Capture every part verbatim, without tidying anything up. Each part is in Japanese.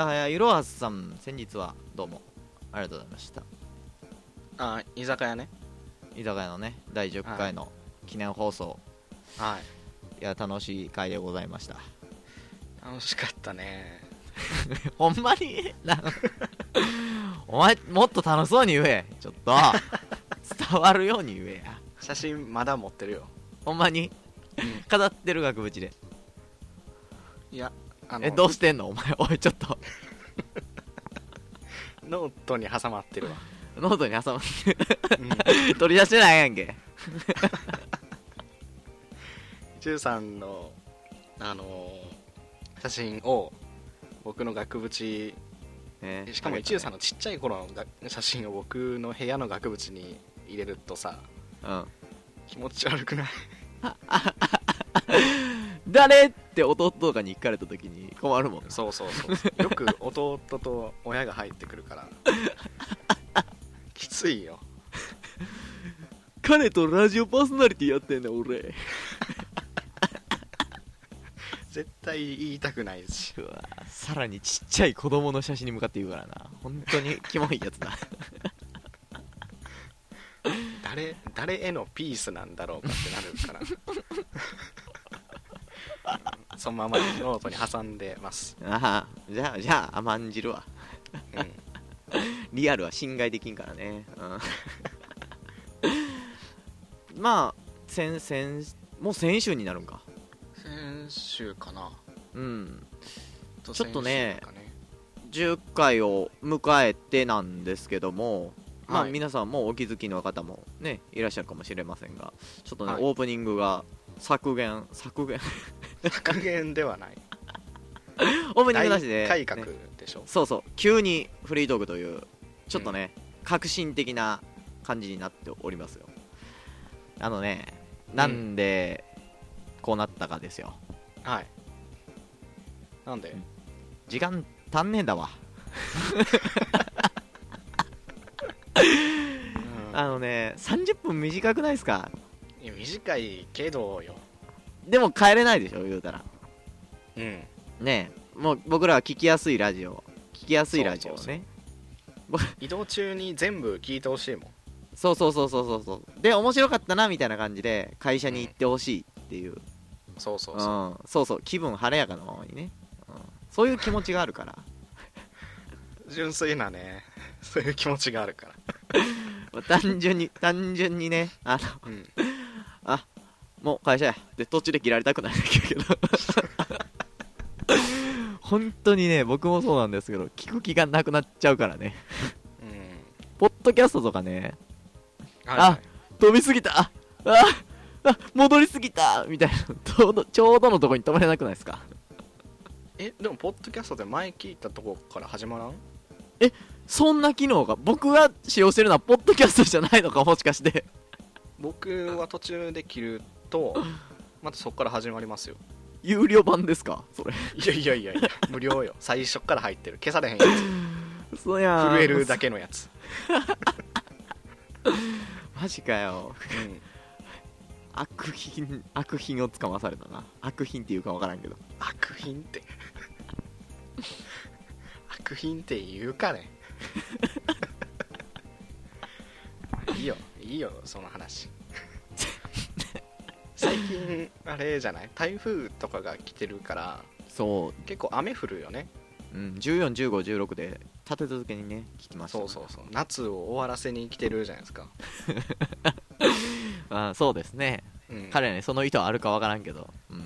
やはやいろはさん、先日はどうもありがとうございました。 あ、居酒屋ね。 居酒屋のねだいじゅっかいの記念放送、 はい、 いや楽しい回でございました。 楽しかったね。 ほんまになお前もっと楽しそうに言え、ちょっと伝わるように言えや。 写真まだ持ってるよ。 ほんまに、うん、飾ってる額縁で。 いや、あのえ、どうしてんのお前。おいちょっとノートに挟まってるわ。 ノートに挟まって、うん、取り出してないやんけ。 じゅうさんのあのー、写真を僕の額縁、えー、しかもじゅうさんのちっちゃい頃の写真を僕の部屋の額縁に入れるとさ、うん、気持ち悪くない？ 誰って弟とかに聞かれた時に困るもん。 そうそうそうよく弟と親が入ってくるからきついよ。 彼とラジオパーソナリティやってんねん俺。 絶対言いたくないし。 うわ、さらにちっちゃい子供の写真に向かって言うからな。本当にキモいやつだ。 誰誰へのピースなんだろうかってなるからそのままノートに挟んでます。 ああ、じゃあじゃあ甘んじるわ、うん、リアルは侵害できんからね、うん、まあ先先もう先週になるんか。 先週かな。 うん、ちょっとねじゅっかいを迎えてなんですけども、まあ、はい、皆さんもお気づきの方もねいらっしゃるかもしれませんが、ちょっとね、はい、オープニングが削減削減削減ではないオープニングなしで、 改革でしょ、 ね、そうそう、急にフリートークというちょっとね、うん、革新的な感じになっておりますよ。あのね、なんでこうなったかですよ、 うん、はい。なんで時間足んねえんだわ。あのね、さんじゅっぷん短くないですか？ いや短いけどよ。 でも帰れないでしょ言うたら。 うんねえ、もう僕らは聞きやすいラジオ聞きやすいラジオね。そうそうそう移動中に全部聞いてほしいもん。 そうそうそうそうそうそう。で面白かったなみたいな感じで会社に行ってほしいっていう、うん、 そうそうそう、うん、 そうそう、気分晴れやかなままにね、うん、そういう気持ちがあるから純粋なね、そういう気持ちがあるから単純に単純にね、あの、うん、あ、もう会社やで途中で切られたくないんだけど本当にね、僕もそうなんですけど聞く気がなくなっちゃうからね、うん、ポッドキャストとかね、はいはい、あ、飛びすぎた、ああ、戻りすぎたみたいな、ちょうどちょうどのとこに止まれなくないですか？ え、でもポッドキャストで前聞いたとこから始まらん？ え、そんな機能が、僕が使用してるのはポッドキャストじゃないのか、もしかして。 僕は途中で切るとまたそこから始まりますよ。 有料版ですかそれ？ いやいやいやいや、無料よ。最初から入ってる、消されへんやつ。 そうや、 震えるだけのやつ。 マジかよ、うん、悪品悪品をつかまされたな。悪品っていうか分からんけど、 悪品って悪品って言うかねいいよいいよその話最近あれじゃない、台風とかが来てるからそう結構雨降るよね。 うん、じゅうよん、じゅうご、じゅうろくで立て続けにね聞きました、ね、 そうそうそう、夏を終わらせに来てるじゃないですかあ、そうですね、うん、彼はねその意図はあるかわからんけど、うん、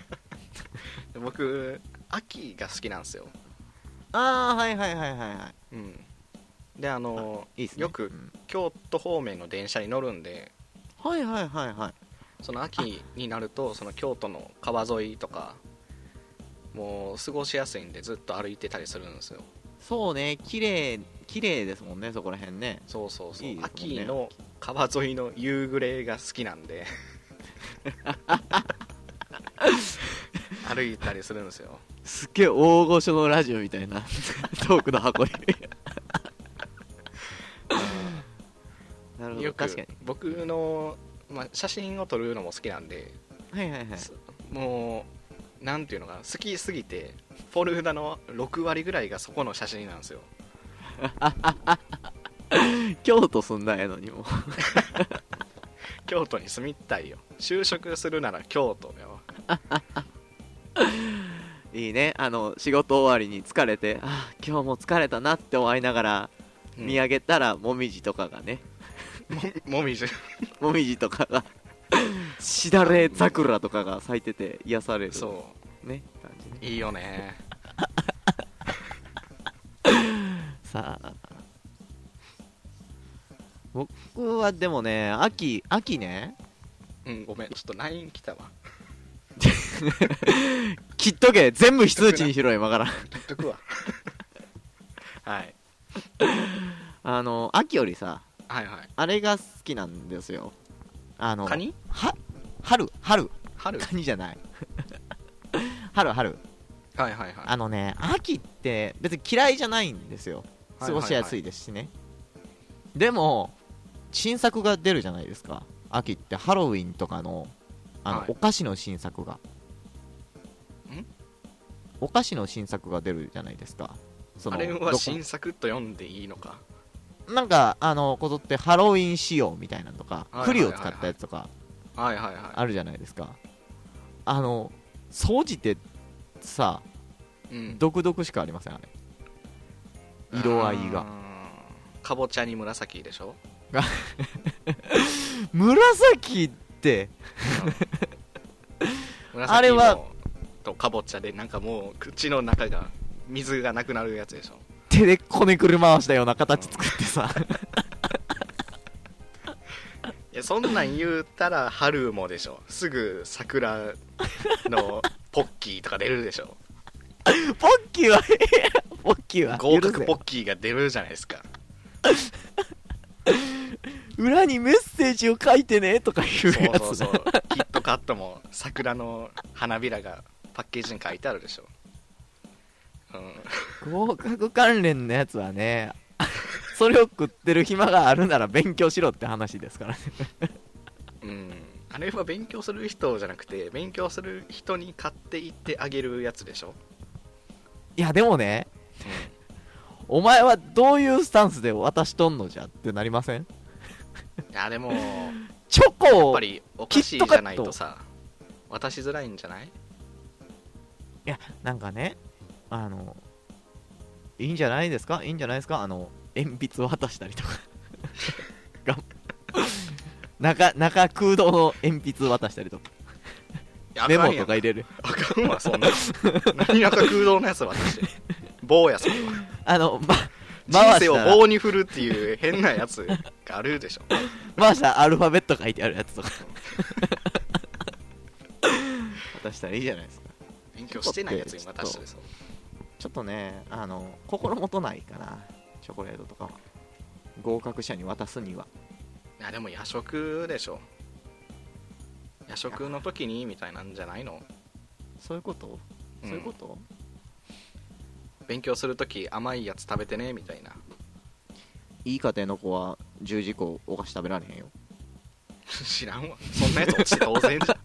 僕秋が好きなんですよ。 ああ、はいはいはいはいはい、 うん、であのいいっすね、 よく、うん、京都方面の電車に乗るんで、 はいはいはいはい、 その秋になるとその京都の川沿いとかもう過ごしやすいんでずっと歩いてたりするんですよ。 そうね、綺麗綺麗ですもんねそこら辺ね。 そうそうそう、いいですもんね、秋の川沿いの夕暮れが好きなんで歩いたりするんですよ。 すっげえ大御所のラジオみたいなトークの箱になるほど、 よく確かに僕の、まあ、写真を撮るのも好きなんで、 はいはいはい、 もうなんていうのかな、好きすぎてフォルダのろく割ぐらいがそこの写真なんですよ。 京都住んだんやのにも京都に住みたいよ。就職するなら京都よ。 いいね。あの仕事終わりに疲れて、あ今日も疲れたなって思いながら見上げたら、もみじとかがねも, もみじもみじとかがしだれ桜とかが咲いてて癒される、 そうね感じね。 いいよね。 さあ僕はでもね、秋秋ね、 うんごめんちょっと ライン 来たわ。 切っとけ、全部非通知にしろ今から切っとくわ。はいあの秋よりさ、 はいはい、 あれが好きなんですよ。あのカニは春春春カニじゃない春春はいはいはい。 あのね、秋って別に嫌いじゃないんですよ。過ごしやすいですしね、はいはいはい、でも新作が出るじゃないですか。秋ってハロウィンとかのあの、はい、お菓子の新作がんお菓子の新作が出るじゃないですか。そのあれは新作と読んでいいのか。 なんかあのことってハロウィン仕様みたいなのとか、 はいはいはいはい、 栗を使ったやつとかはいはいはい、 あるじゃないですか。あの総じてさ、うん、独々しかありませんあれ。色合いがかぼちゃに紫でしょ。 紫って、 うん、紫あれはとかぼちゃでなんかもう口の中が水がなくなるやつでしょ。 手でこねくる回したような形作ってさ、うん、 いやそんなん言うたら春もでしょ。すぐ桜のポッキーとか出るでしょ。 ポッキーはポッキーは合格ポッキーが出るじゃないですか。 裏にメッセージを書いてねとかいうやつ。 そうそうそうキットカットも桜の花びらがパッケージに書いてあるでしょ、 うん、合格関連のやつはねそれを食ってる暇があるなら勉強しろって話ですからね。 うん、あれは勉強する人じゃなくて勉強する人に買っていってあげるやつでしょ。 いやでもね、うん、お前はどういうスタンスで渡しとんのじゃってなりません？ いやでもチョコやっぱりお菓子じゃないとさ渡しづらいんじゃない？いやなんかね、あのいいんじゃないですか、いいんじゃないですか、あの鉛筆渡したりとか中中空洞の鉛筆渡したりとかメモとか入れる。 あかんわそんな何中空洞のやつ渡して棒やそれは。あの、ま、人生を棒に振るっていう変なやつがあるでしょ。 回したらアルファベット書いてあるやつとか渡したらいいじゃないですか。 勉強してないやつに渡してそう。 ちょっとね、あの心もとないかな、チョコレートとかは合格者に渡すには。 いやでも夜食でしょ。夜食の時にみたいなんじゃないの？ そういうこと？そういうこと？ うん、勉強する時甘いやつ食べてねみたいな。 いい家庭の子はじゅうじ以降お菓子食べられへんよ。 知らんわ。そんなやつ落ちて当然じゃん。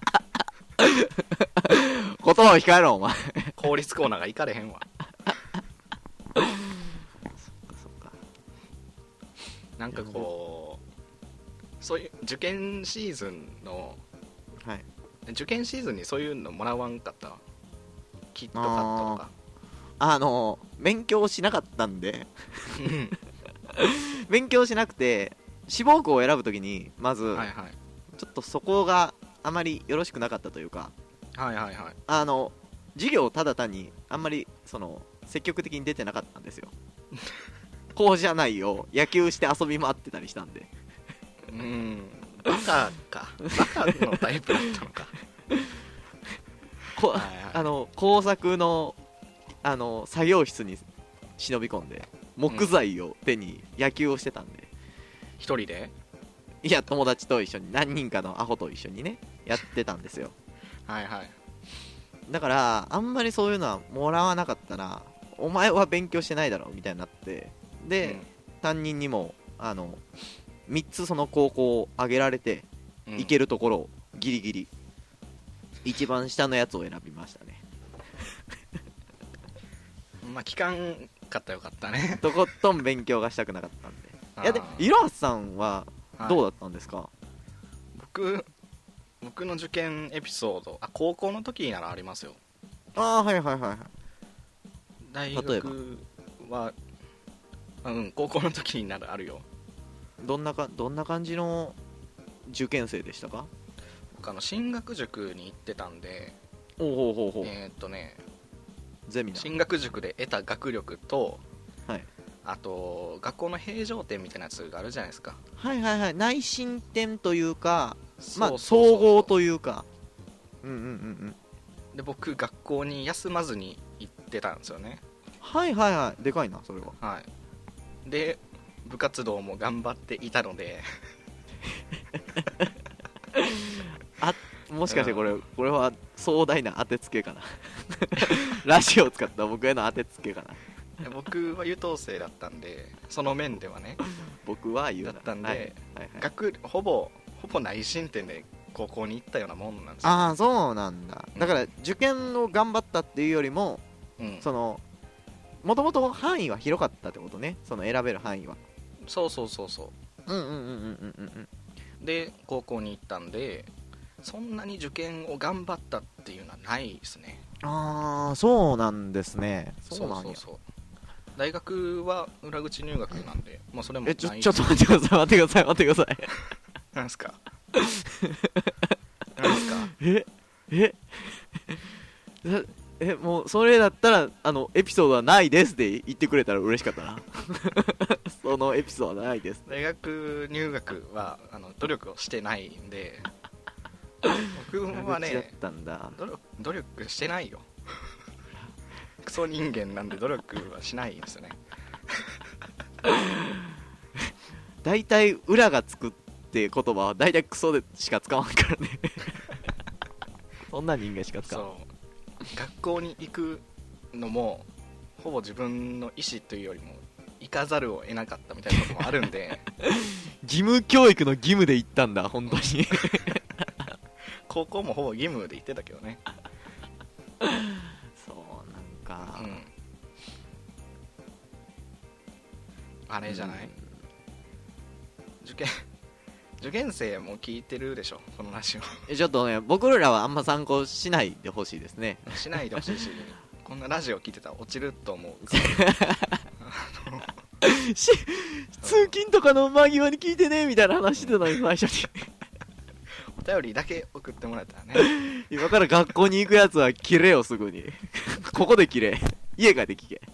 言葉を控えろお前。 公立コーナーが行かれへんわ。そっかそっか。なんかこうそういう受験シーズンの、はい、受験シーズンにそういうのもらわんかった？キットカットとか。 あの勉強しなかったんで勉強しなくて志望校を選ぶときにまず、はいはい、ちょっとそこがあまりよろしくなかったというか、 はいはいはい、 あの授業をただ単にあんまりその積極的に出てなかったんですよ。校舎内を野球して遊び回ってたりしたんで。 うーん、バカかバカのタイプだったのか。 こ、はいはい、あの工作のあの作業室に忍び込んで木材を手に野球をしてたんで、 一人で？ いや友達と一緒に何人かのアホと一緒にねやってたんですよ。 はいはい。 だからあんまりそういうのはもらわなかったらお前は勉強してないだろみたいになって、で、うん、担任にもあのみっつその高校を上げられて、うん、行けるところをギリギリ一番下のやつを選びましたね。 まあ聞かんかったらよかったね。 とことん勉強がしたくなかったんで。いやでいろはさんはどうだったんですか？はい、 僕僕の受験エピソード、あ高校の時ならありますよ。 ああはいはいはいはい。 大学はうん高校の時にならあるよ。 どんなかどんな感じの受験生でしたか？ 僕あの進学塾に行ってたんで、 おうほうほうほう。 えー、っとねゼミな進学塾で得た学力と、 はい、 あと学校の平常点みたいなやつがあるじゃないですか。 はいはいはい。内申点というか、まあ総合というか、うんうんうんうん。 で僕学校に休まずに行ってたんですよね。 はいはいはい。でかいなそれは。 はい。で部活動も頑張っていたのであ、もしかしてこれ、うん、これは壮大な当てつけかなラジオを使った僕への当てつけかな。 僕は優等生だったんで、その面ではね僕は優だったんで、 はいはいはい、 学ほぼほぼ内申点で高校に行ったようなもんなんですよ。 ああそうなんだ。だから受験を頑張ったっていうよりも、うん、そのもともと範囲は広かったってことね。その選べる範囲は。 そうそうそうそううんうんうんうんうんうんで高校に行ったんで、そんなに受験を頑張ったっていうのはないですね。 ああそうなんですね。 そうなんや。そうそうそう。大学は裏口入学なんで、まあ、それもない。 えちょちょっと待ってください待ってください待ってくださいなんすかなんすかえええもうそれだったらあのエピソードはないですで言ってくれたら嬉しかったなそのエピソードはないです。 大学入学はあの努力をしてないんで僕はねだったんだ。 努力、努力してないよクソ人間なんで努力はしないんですよねだいたい裏がつくって言葉はだいたいクソでしか使わんからねそんな人間しか使わん。 そう学校に行くのもほぼ自分の意思というよりも行かざるを得なかったみたいなこともあるんで義務教育の義務で行ったんだ本当に高校もほぼ義務で行ってたけどねそうなんか、うん、 あれじゃない、うん、受験受験生も聞いてるでしょこの話をちょっとね僕らはあんま参考しないでほしいですね。 しないでほしいしこんなラジオ聞いてたら落ちると思う通勤とかの間際に聞いてねみたいな話してたのに最初にお便りだけ送ってもらえたらね今から学校に行くやつは切れよすぐにここで切れ家帰って聞け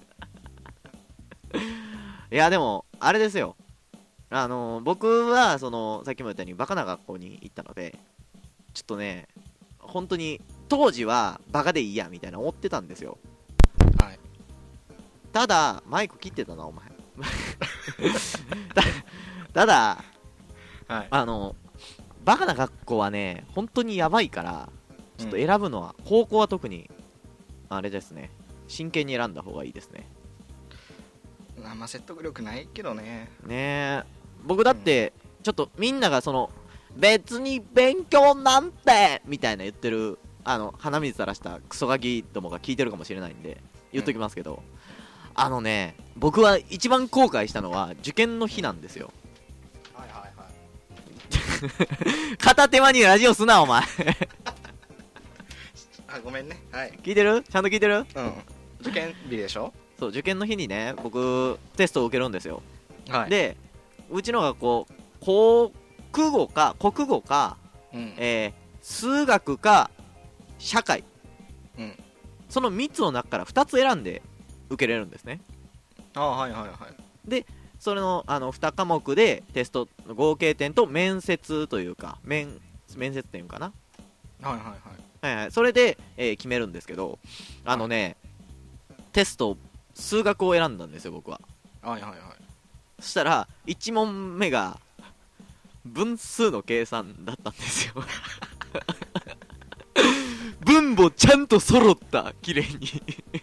いやでもあれですよ、あの僕はそのさっきも言ったようにバカな学校に行ったのでちょっとね本当に当時はバカでいいやみたいな思ってたんですよ。 はい。 ただマイク切ってたなお前た, ただ、はい、あのバカな学校はね本当にやばいからちょっと選ぶのは、うん、高校は特にあれですね真剣に選んだ方がいいですね。 あんま説得力ないけどね。 ねえ僕だって、うん、ちょっとみんながその別に勉強なんてみたいな言ってるあの鼻水垂らしたクソガキどもが聞いてるかもしれないんで言っときますけど、うん、あのね僕は一番後悔したのは受験の日なんですよ。 はいはいはい片手間にラジオすなお前あごめんね。はい聞いてるちゃんと聞いてる。 うん受験日でしょ。 そう受験の日にね僕テストを受けるんですよ、 はい、 でうちの学校国語か国語か、うんえー、数学か社会、うん、そのみっつの中からふたつ選んで受けれるんですね。 あはいはいはい。 でそれのあのに科目でテストの合計点と面接というか 面, 面接点かなはいはいはい、 はいはい、それで、えー、決めるんですけどあのね、はい、テスト数学を選んだんですよ僕は。 はいはいはい。 そしたらいち問目が分数の計算だったんですよ分母ちゃんと揃った綺麗に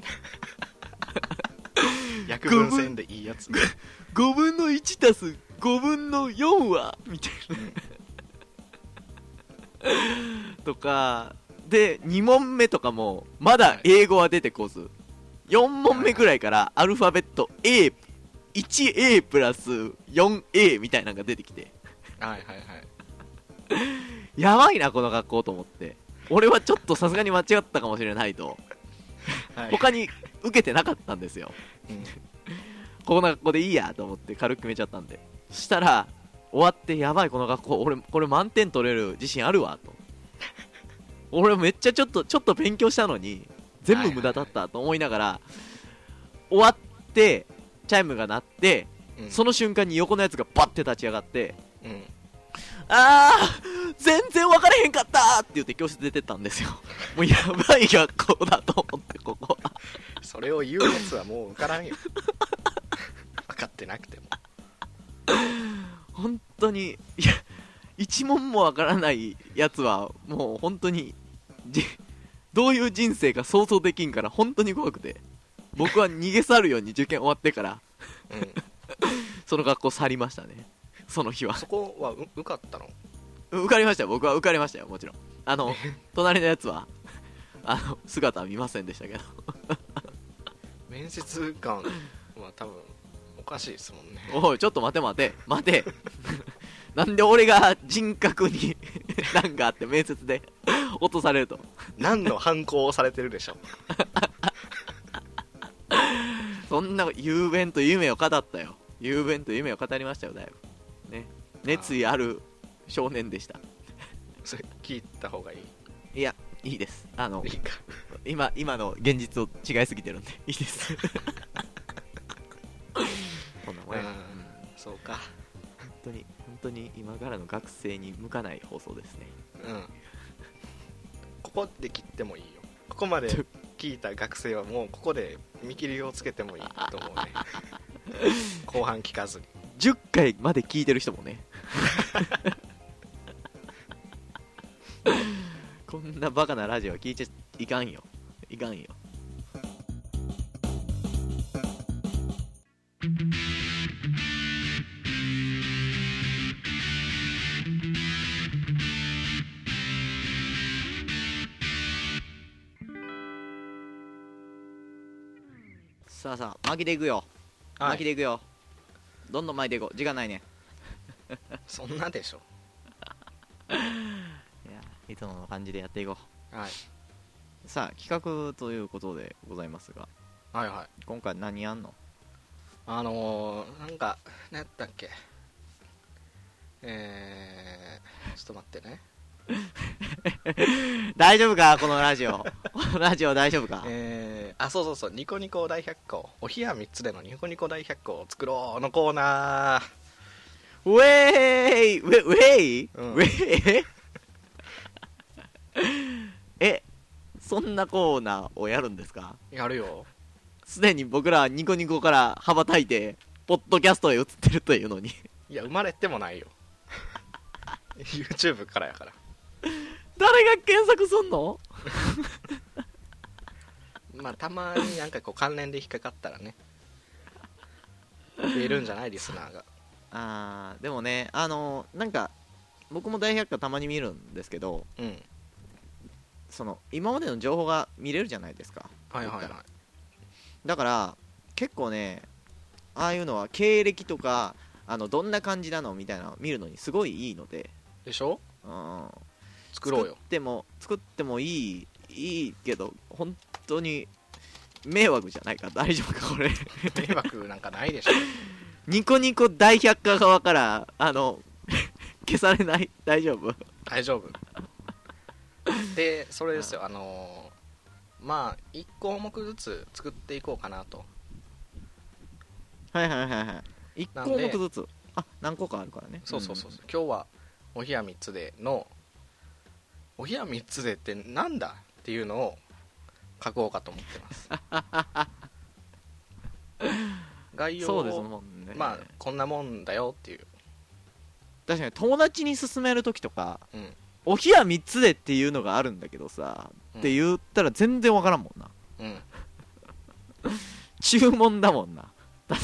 約分線でいいやつごぶんのいちたすごぶんのよんはみたいなとかでに問目とかもまだ英語は出てこず、よん問目ぐらいからアルファベット エーいちエー プラス よんエー みたいなのが出てきて、 はいはいはいやばいなこの学校と思って、俺はちょっとさすがに間違ったかもしれないと、はい、他に受けてなかったんですよ、うん、この学校でいいやと思って軽く決めちゃったんで、そしたら終わって、やばいこの学校俺これ満点取れる自信あるわと俺めっちゃちょっとちょっと勉強したのに全部無駄だったと思いながら、終わってチャイムが鳴って、うん、その瞬間に横のやつがバッて立ち上がって、うん、あー全然分かれへんかったって言って教室出てったんですよもうやばい学校だと思って、ここはそれを言うやつはもう受からんよ分かってなくても本当に、いや一問も分からないやつはもう本当にどういう人生か想像できんから本当に怖くて、僕は逃げ去るように受験終わってから、うん、その学校去りましたね。その日は。 そこは受かったの？ 受かりましたよ、僕は受かりましたよ、もちろん。あの隣のやつはあの姿は見ませんでしたけど面接官は多分おかしいですもんね。 おいちょっと待て待て待てなんで俺が人格に難があって面接で落とされると、 何の反抗をされてるでしょそんな雄弁と夢を語ったよ、雄弁と夢を語りましたよ、だいぶね、熱意ある少年でした。 それ聞いた方がいい？ いやいいです、あのいいか今今の現実と違いすぎてるんでいいですこんなもんや、うん、 そうか、 本当に本当に今からの学生に向かない放送ですね。 うん。ここで切ってもいいよ。ここまで聞いた学生はもうここで見切りをつけてもいいと思うね後半聞かずにじゅっかいまで聞いてる人もねこんなバカなラジオは聞いちゃいかんよ、いかんよ。さあさあ巻きでいくよ、はい、巻きでいくよ、どんどん巻いていこう、時間ないねそんなでしょいやいつもの感じでやっていこう。はい。 さあ企画ということでございますが、 はいはい。 今回何やんの？ あのー、なんか何やったっけ、えー、ちょっと待ってね大丈夫かこのラジオこのラジオ大丈夫か？ えー、あそうそうそう、ニコニコ大百科、お冷やみっつでのニコニコ大百科を作ろうのコーナー。ウェーイウェウェイ、うん、ウェイえ、そんなコーナーをやるんですか？ やるよ。 すでに僕らはニコニコから羽ばたいてポッドキャストへ移ってるというのにいや生まれてもないよYouTube からやから。 誰が検索すんのまあたまになんかこう関連で引っかかったらねいるんじゃないリスナーが。 あーでもね、あのー、なんか僕も大百科たまに見るんですけど、うん、その今までの情報が見れるじゃないですか。 はいはいはい。 だから結構ね、ああいうのは経歴とかあのどんな感じなのみたいなのを見るのにすごいいいので。 でしょ？ うん。 作ろうよ。 作っても作ってもいいいいけど本当に迷惑じゃないか、大丈夫かこれ迷惑なんかないでしょニコニコ大百科側からあの消されない？大丈夫？ 大丈夫でそれですよ、あのー、まあいっ項目ずつ作っていこうかなと。 はいはいはいはい、いっ項目ずつ、あ何個かあるからね。 そうそうそうそう、うん、今日はお冷やみっつでのお冷やみっつでってなんだっていうのを書こうかと思ってます概要を、そうですもんね、まあこんなもんだよっていう。 確かに友達に勧めるときとか、うん、お冷やみっつでっていうのがあるんだけどさ、うん、って言ったら全然わからんもんな、うん、注文だもんな、うん、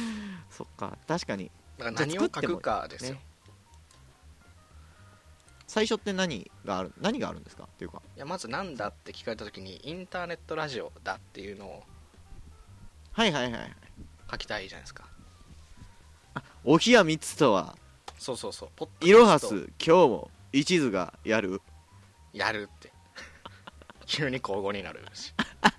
そっか確かに。 だから何を書くかですよ、ね、 最初って何がある何があるんですかっていうか、 いやまずなんだって聞かれた時にインターネットラジオだっていうのをはいはいはい書きたいじゃないですか。 お冷やみっつとは、 そうそうそう、ポッイロハス今日も一途がやるやるって急に交互になるし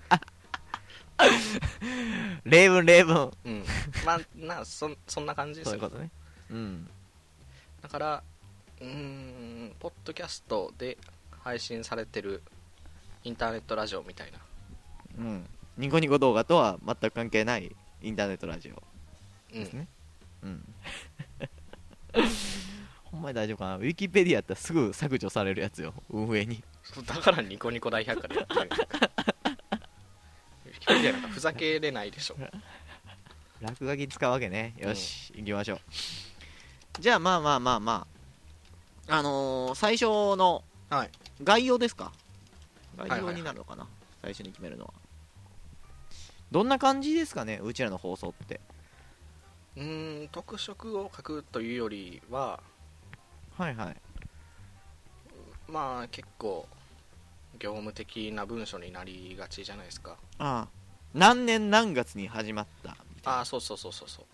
例文例文、 うんまあな そ, そんな感じですよ。 そういうことね。うんだからうーんポッドキャストで配信されてるインターネットラジオみたいな、 うん、ニコニコ動画とは全く関係ないインターネットラジオですね。うん、うんほんまに大丈夫かな。ウィキペディアやったらすぐ削除されるやつよ、運営に。 だからニコニコ大百科でやってるんですかウィキペディアなんかふざけれないでしょ落書き使うわけね。よし、うん、行きましょう。じゃあまあまあまあまああのー、最初の概要ですか、はい、概要になるのかな、はいはいはい、最初に決めるのはどんな感じですかね、うちらの放送って。 うーん特色を書くというよりは、 はいはい、 まあ結構業務的な文章になりがちじゃないですか。 ああ、何年何月に始まったみたいな。 ああそうそうそうそうそう。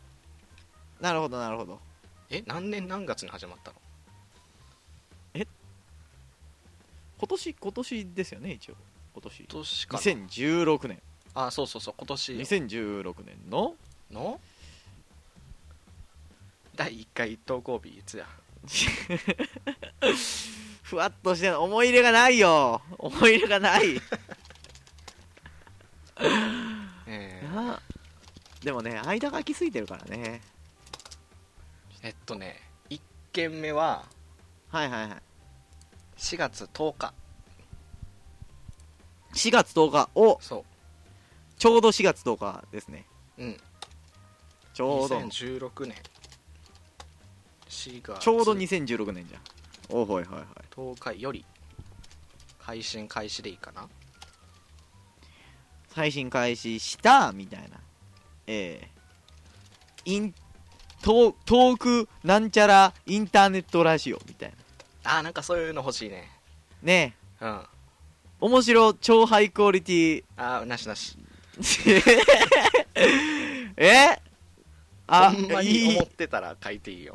なるほどなるほど。 え何年何月に始まったの。 え今年今年ですよね、一応今年。 今年かな。 にせんじゅうろくねん。 ああそうそうそう、今年にせんじゅうろくねんののだいいっかい投稿日いつやふわっとして思い入れがないよ、思い入れがないえー、でもね間が空きすぎてるからね。 えっとねいっけんめははいはいはいしがつとおか。 しがつとおか、おそうちょうどしがつとおかですね。 うんちょうどにせんじゅうろくねんしがつちょうどにせんじゅうろくねんじゃん。おはいはいはい。 とおかより配信開始でいいかな。 配信開始したみたいな。えー、イントトークなんちゃらインターネットラジオみたいな。あーなんかそういうの欲しいね。 ねえうん面白超ハイクオリティ。 あーなしなしえあほんまに思ってたら書いていいよ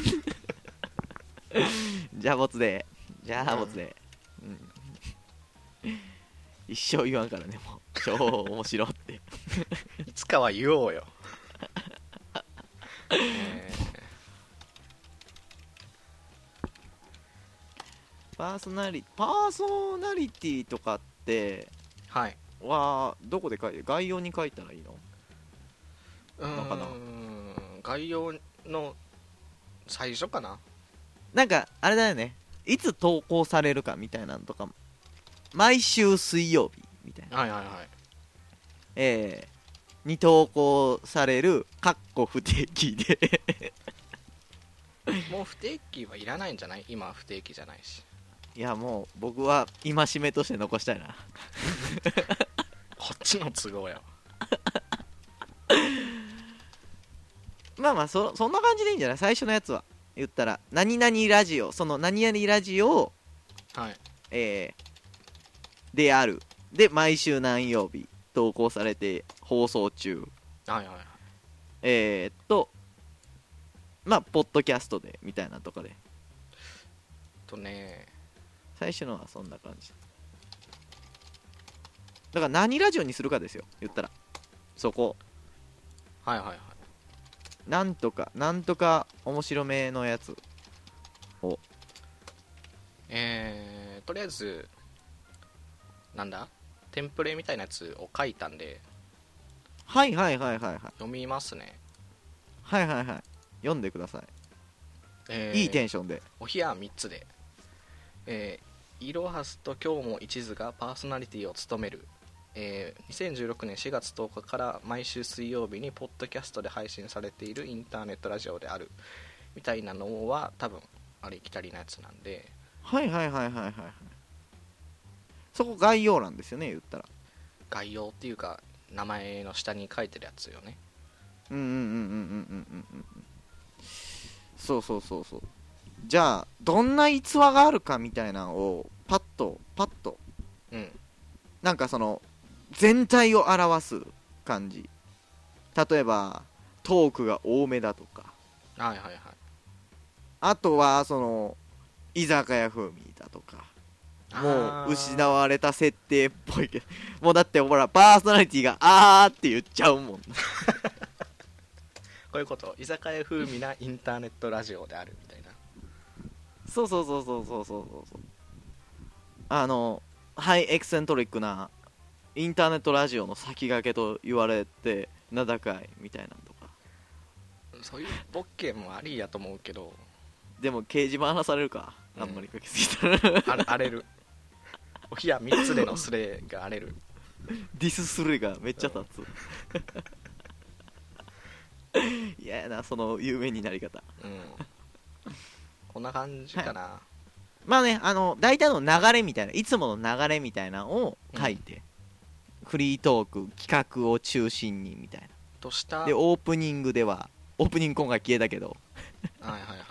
じゃあボツでじゃあボツで、うんうん、一生言わんからね、もう超面白っていつかは言おうよ、えー、パーソナリパーソナリティとかってはいはどこで書いて、概要に書いたらいいのうーんかな。 概要の最初かな。 なんかあれだよね、いつ投稿されるかみたいなのとか、毎週水曜日みたいな、 はいはいはいえー、に投稿されるかっこ不定期でもう不定期はいらないんじゃない。今は不定期じゃないし。 いやもう僕は戒めとして残したいなこっちの都合やまあまあ そ, そんな感じでいいんじゃない、最初のやつは。言ったら何々ラジオ、その何々ラジオを、 はいえー、であるで毎週何曜日投稿されて放送中、 はいはいはいえー、っとまあポッドキャストでみたいなとかで、 とね最初のはそんな感じだから何ラジオにするかですよ、言ったら。そこはいはいはいなんとかなんとか面白めのやつを、 えー、とりあえずなんだテンプレみたいなやつを書いたんではいはいはいはいはい読みますね。 はいはいはい読んでください、 えー、 いいテンションで。 お冷やみっつで、えー、イロハスと今日も一途がパーソナリティを務める、えー、にせんじゅうろくねんしがつとおかから毎週水曜日にポッドキャストで配信されているインターネットラジオであるみたいなのは多分ありきたりなやつなんで、 はいはいはいはいはいはい、そこ概要欄ですよね、言ったら。 概要っていうか名前の下に書いてるやつよね。 うんうんうんうんうんうんうんうん、そうそうそうそう。 じゃあどんな逸話があるかみたいなのをパッとパッと、 うん、 なんかその全体を表す感じ。例えばトークが多めだとか、 はいはいはい、 あとはその居酒屋風味だとか、もう失われた設定っぽいけど、もうだってほらパーソナリティがあーって言っちゃうもんこういうこと、居酒屋風味なインターネットラジオであるみたいな。 そうそうそうそうそうそうそう、あのハイエクセントリックなインターネットラジオの先駆けと言われて名高いみたいなとか、 そういうボッケもありやと思うけど、 でも掲示板話されるか、うん、あんまり書きすぎたら荒れるおひやみっつでのスレが荒れるディススレがめっちゃ立つ嫌やなその有名になり方、 うん、こんな感じかな、はい、 まあね、あの大体の流れみたいないつもの流れみたいなのを書いて、うん、フリートーク企画を中心にみたいなとしたで、オープニングではオープニング今回消えたけどはいはいはいはい、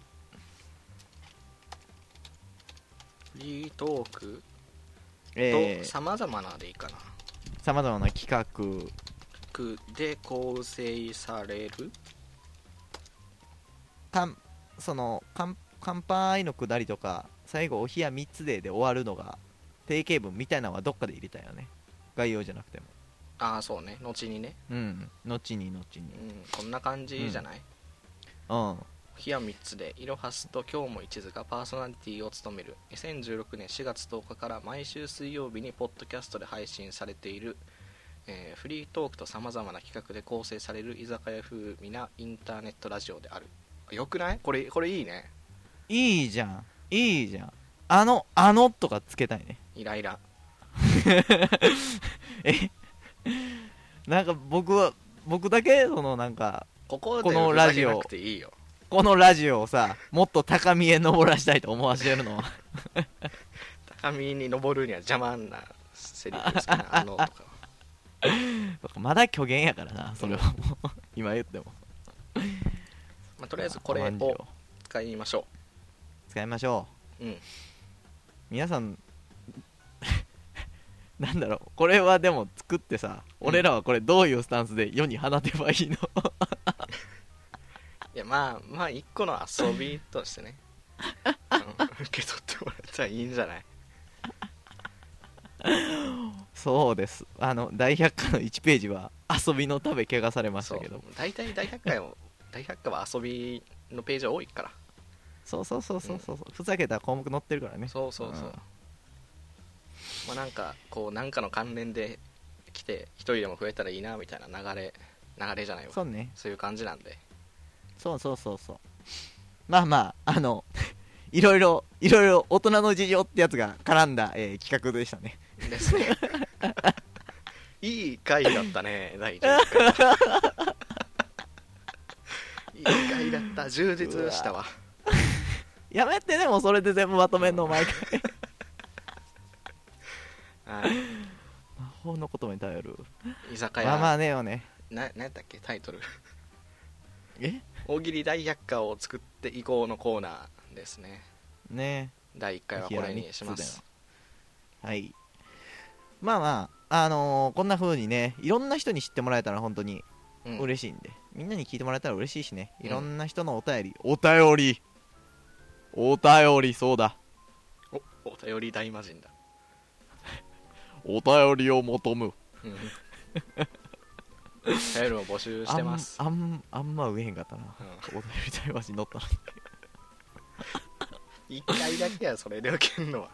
フリートークとさまざまなでいいかな、 さまざまな企画で構成されるかんその乾杯のくだりとか最後お冷やみっつでで終わるのが定型文みたいなのはどっかで入れたよね、概要じゃなくても。 ああそうね、後にね、 うん後に後に、うん、 こんな感じじゃない、 うん、うん、 日はみっつでイロハスと今日も一途がパーソナリティを務めるにせんじゅうろくねんしがつとおかから毎週水曜日にポッドキャストで配信されている、えー、フリートークとさまざまな企画で構成される居酒屋風味なインターネットラジオである。よくない？これこれいいね。 いいじゃんいいじゃん、あのあのとかつけたいね。 イライラえなんか僕は僕だけそのなんかここでふざけなくていいよ、 このラジオをさもっと高みへ登らしたいと思わせてるのは高みに登るには邪魔なセリフですかねあのとかまだ虚言やからなそれはもう今言ってもまあ、とりあえずこれを使いましょう使いましょう、うん、 皆さんなんだろうこれはでも作ってさ、うん、俺らはこれどういうスタンスで世に放てばいいのいやまあまあ一個の遊びとしてね、うん、受け取ってもらったらいいんじゃないそうです、あの大百科のいちページは遊びのため怪我されましたけど、 大体大百科も大百科は遊びのページ多いから、 そうそうそうそうそう、うん、ふざけた項目載ってるからね、 そうそうそう、うん、まあなんかこうなんかの関連で来て一人でも増えたらいいなみたいな流れ流れじゃないわ、 そうね、 そういう感じなんで、 そうそうそうそう、まあまああのいろいろいろいろ大人の事情ってやつが絡んだ、えー、企画でしたねですねいい回だったねだいじゅういっかいいい回だった、充実したわやめて、でもそれで全部まとめんの毎回はい、 魔法の言葉に頼る居酒屋、 まあまあねよね、 な、なんやったっけタイトルえ大喜利大百科を作っていこうのコーナーですね。 ね、 だいいっかいはこれにします。 はい、まあまああのー、こんな風にねいろんな人に知ってもらえたら本当に嬉しいんで、うん、みんなに聞いてもらえたら嬉しいしね、いろんな人のお便り、うん、お便りお便りそうだおお便り大魔人だお便りを求む、うん、 お便りを募集してます。 あん、あん、あんま上へんかったな、うん、お便り大魔人乗ったのにいっかいだけやそれで受けんのは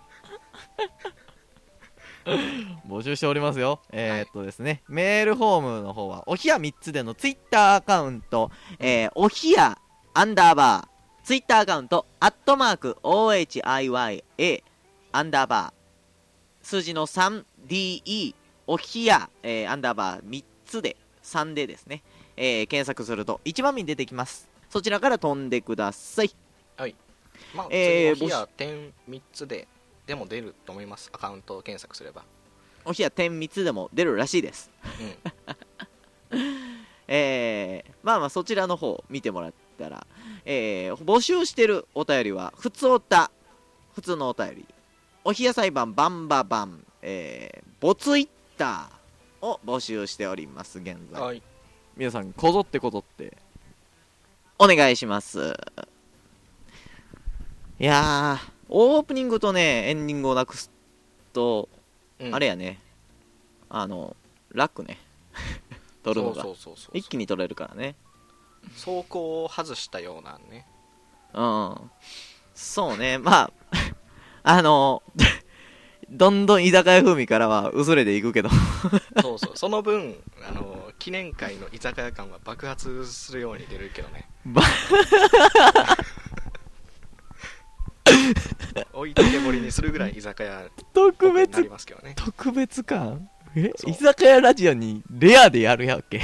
募集しておりますよ。えー、っとですね、はい、メールフォームの方はおひやみっつでのツイッターアカウント、えー、おひやアンダーバーツイッターアカウントアットマーク オーエイチアイワイエー アンダーバー数字の スリーディーイー おひや、えー、アンダーバーみっつでさんでですね、えー、検索すると一番目に出てきます。そちらから飛んでください。 はい、まあ、えー、おひや点みっつででも出ると思います。アカウントを検索すればおひや点みっつでも出るらしいです、うん、えー、まあまあそちらの方見てもらっったら、えー、募集してるお便りはふつおた、普通のお便り、お冷や裁判バンババン、えー、ボツイッターを募集しております現在、はい、皆さんこぞってこぞってお願いします。いやー、オープニングとねエンディングをなくすと、うん、あれやね、あの楽ね撮るのが一気に撮れるからね。 走行を外したようなね。 うん、そうね、まああのどんどん居酒屋風味からは薄れていくけどそうそう、その分あの記念会の居酒屋感は爆発するように出るけどね置いてけぼりにするぐらい居酒屋特別になりますけどね。特別感、え、居酒屋ラジオにレアでやるやっけ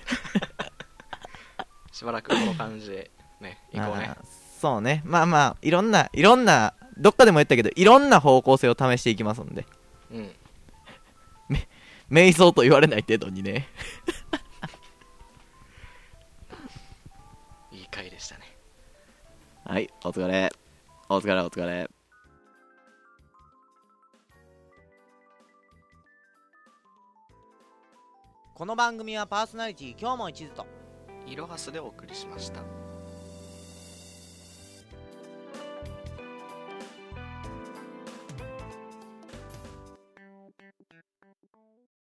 しばらくこの感じでね行こうね。 そうね、まあまあいろんないろんなどっかでも言ったけどいろんな方向性を試していきますんで、うん、め瞑想と言われない程度にねいい回でしたね。 はい、お疲れお疲れお疲れ。 この番組はパーソナリティ今日も一途といろはすでお送りしました。